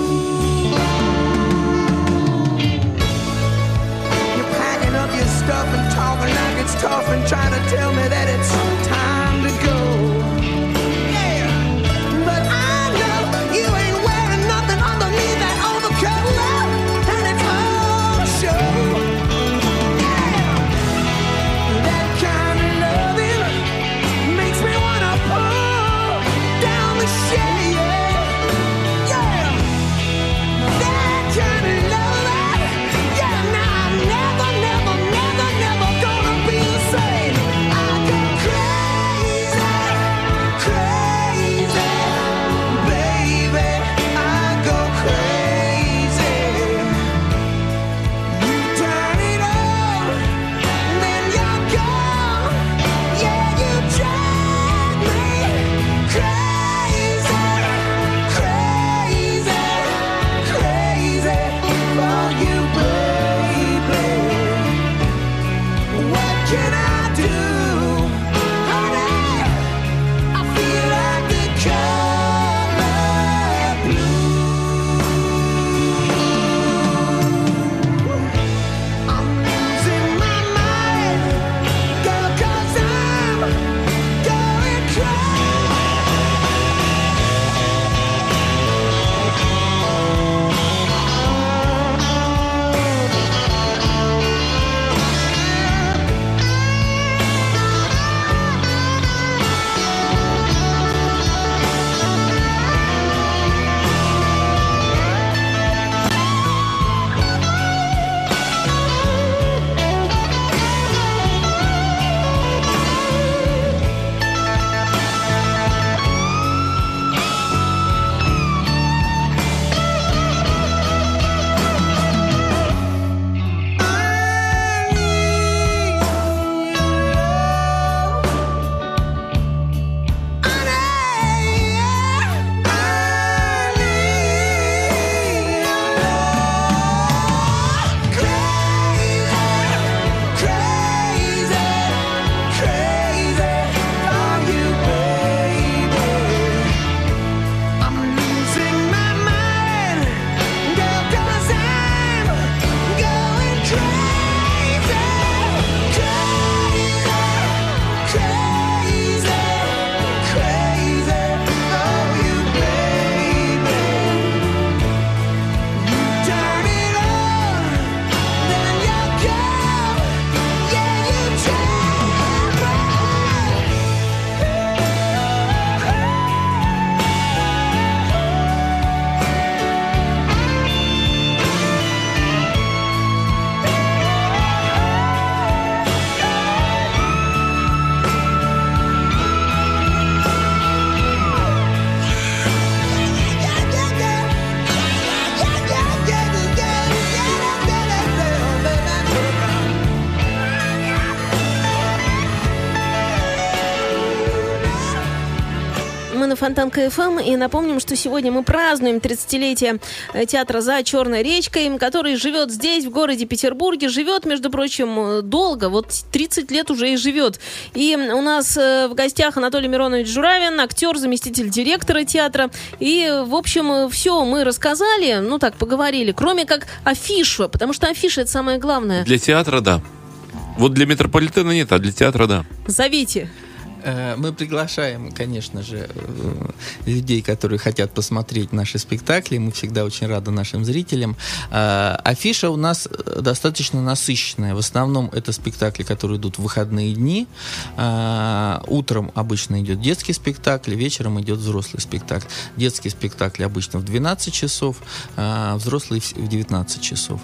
You're packing up your stuff and talking like it's tough and trying to tell me that it's time to go. Yeah, but I know you ain't wearing nothing underneath that overcoat, and it's all show. Yeah, that kind of loving makes me wanna pull down the shade. Yeah, that kind of loving. Yeah, now I'm never, never, never, never gonna be the same. I go crazy, crazy, baby. I go crazy. You turn it on, then you're gone. Yeah, you drive me crazy, crazy, crazy for you, baby. What can I do, honey? I feel like the color blue. I'm losing my mind, girl, 'cause I'm going crazy. мы на Фонтанка эф эм и напомним, что сегодня мы празднуем тридцатилетие театра «За Черной речкой», который живет здесь, в городе Петербурге. Живет, между прочим, долго, вот тридцать лет уже и живет. И у нас в гостях Анатолий Миронович Журавин, актер, заместитель директора театра. И, в общем, все мы рассказали, ну так, поговорили, кроме как афишу, потому что афиша — это самое главное. Для театра, да. Вот для метрополитена нет, а для театра, да. Зовите. Мы приглашаем, конечно же, людей, которые хотят посмотреть наши спектакли. Мы всегда очень рады нашим зрителям. Афиша у нас достаточно насыщенная. В основном это спектакли, которые идут в выходные дни. Утром обычно идет детский спектакль, вечером идет взрослый спектакль. Детский спектакль обычно в двенадцать часов, взрослый в девятнадцать часов.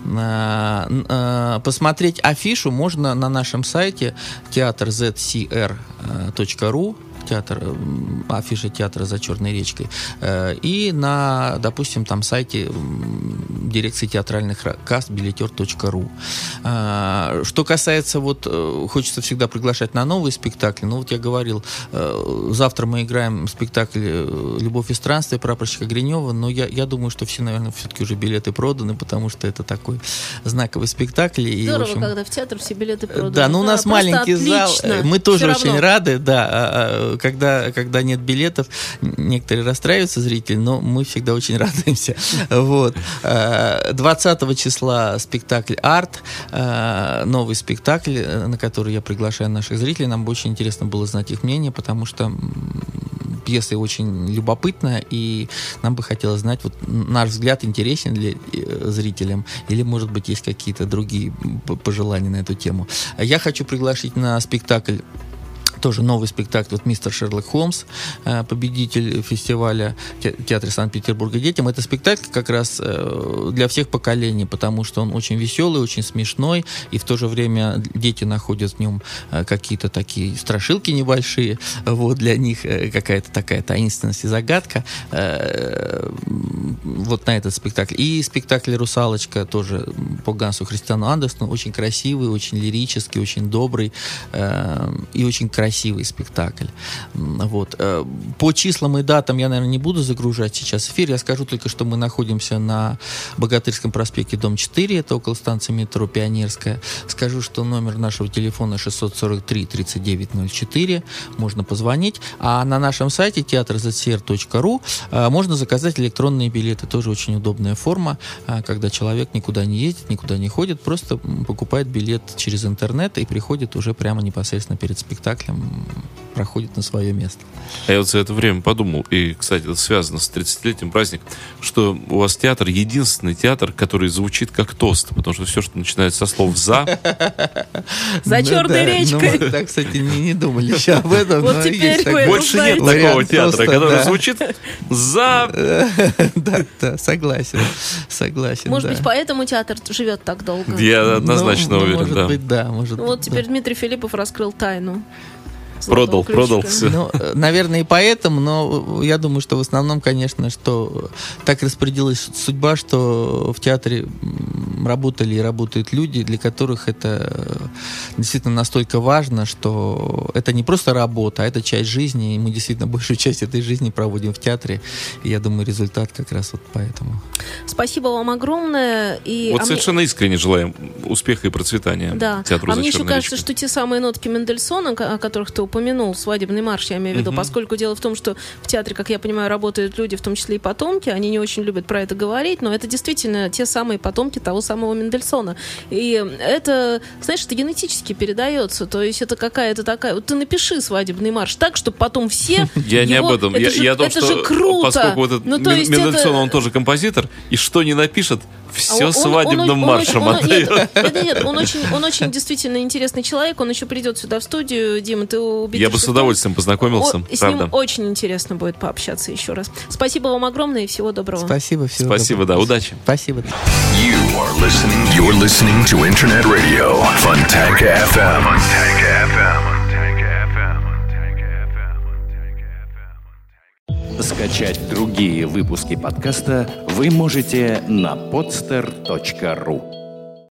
Посмотреть афишу можно на нашем сайте театр зет си эр точка ру, театр, афиша театра «За Черной речкой», и на, допустим, там сайте дирекции театральных касс билетер точка ру. Что касается, вот, хочется всегда приглашать на новые спектакли, ну вот я говорил, завтра мы играем спектакль «Любовь и странствие» прапорщика Гринева, но я, я думаю, что все, наверное, все-таки уже билеты проданы, потому что это такой знаковый спектакль. И, здорово, в общем, когда в театр все билеты проданы. Да, ну у нас да, маленький отлично. зал, мы тоже Все очень равно. рады, да, когда, когда нет билетов, некоторые расстраиваются зрители, но мы всегда очень радуемся. Вот. двадцатого числа спектакль «Арт», новый спектакль, на который я приглашаю наших зрителей. Нам бы очень интересно было знать их мнение, потому что пьеса очень любопытная, и нам бы хотелось знать, вот наш взгляд интересен ли зрителям, или, может быть, есть какие-то другие пожелания на эту тему. Я хочу пригласить на спектакль, тоже новый спектакль, вот «Мистер Шерлок Холмс», победитель фестиваля театра Санкт-Петербурга детям. Это спектакль как раз для всех поколений, потому что он очень веселый, очень смешной, и в то же время дети находят в нем какие-то такие страшилки небольшие, вот для них какая-то такая таинственность и загадка. Вот на этот спектакль. И спектакль «Русалочка» тоже по Гансу Христиану Андерсону, очень красивый, очень лирический, очень добрый и очень красивый спектакль. Вот. По числам и датам я, наверное, не буду загружать сейчас эфир. Я скажу только, что мы находимся на Богатырском проспекте, дом четыре, это около станции метро Пионерская. Скажу, что номер нашего телефона шестьсот сорок три тридцать девять ноль четыре. Можно позвонить. А на нашем сайте театр зет си эр точка ру можно заказать электронные билеты. Тоже очень удобная форма, когда человек никуда не ездит, никуда не ходит, просто покупает билет через интернет и приходит уже прямо непосредственно перед спектаклем, проходит на свое место. А я вот за это время подумал, и, кстати, это связано с тридцатилетием праздник, что у вас театр единственный театр, который звучит как тост, потому что все, что начинается со слов «за». За Черной речкой. Мы, да, кстати, не думали еще об этом. Вот теперь вы Больше нет такого театра, который звучит «за». Да, да, согласен. Согласен. Может быть, поэтому театр живет так долго. Я однозначно уверен, может да. быть, да. Может Вот быть, теперь да. Дмитрий Филиппов раскрыл тайну. Продал, продал ключика. все. Ну, наверное, и поэтому, но я думаю, что в основном, конечно, что так распорядилась судьба, что в театре работали и работают люди, для которых это действительно настолько важно, что это не просто работа, а это часть жизни, и мы действительно большую часть этой жизни проводим в театре, и я думаю, результат как раз вот поэтому. Спасибо вам огромное. И, Вот а совершенно мне... искренне желаем успеха и процветания Да. театру А «За мне еще Черной кажется, речкой». что те самые нотки Мендельсона, о которых ты упомянул, свадебный марш, я имею в виду, Мгм. поскольку дело в том, что в театре, как я понимаю, работают люди, в том числе и потомки, они не очень любят про это говорить, но это действительно те самые потомки того самого Мендельсона. И это, знаешь, это генетически передается, то есть это какая-то такая... Вот ты напиши свадебный марш так, чтобы потом все... Я не его- об этом. Это Я, же, я о том, это что же круто! поскольку вот этот Ну, то Мен- есть Мендельсон, это- он тоже композитор, и что не напишет, А все он- он- свадебным он- он- маршем он- отдает. Нет, нет, нет, он очень, он очень действительно интересный человек, он еще придет сюда в студию. Дима, ты убедишься? Я бы с удовольствием познакомился, О, с правда. ним очень интересно будет пообщаться еще раз. Спасибо вам огромное и всего доброго. Спасибо, всего Спасибо, да, доброго. удачи. Спасибо. You are listening. You're listening to Internet Radio Fontanka эф эм. Fontanka эф эм. Скачать другие выпуски подкаста вы можете на podster точка ру.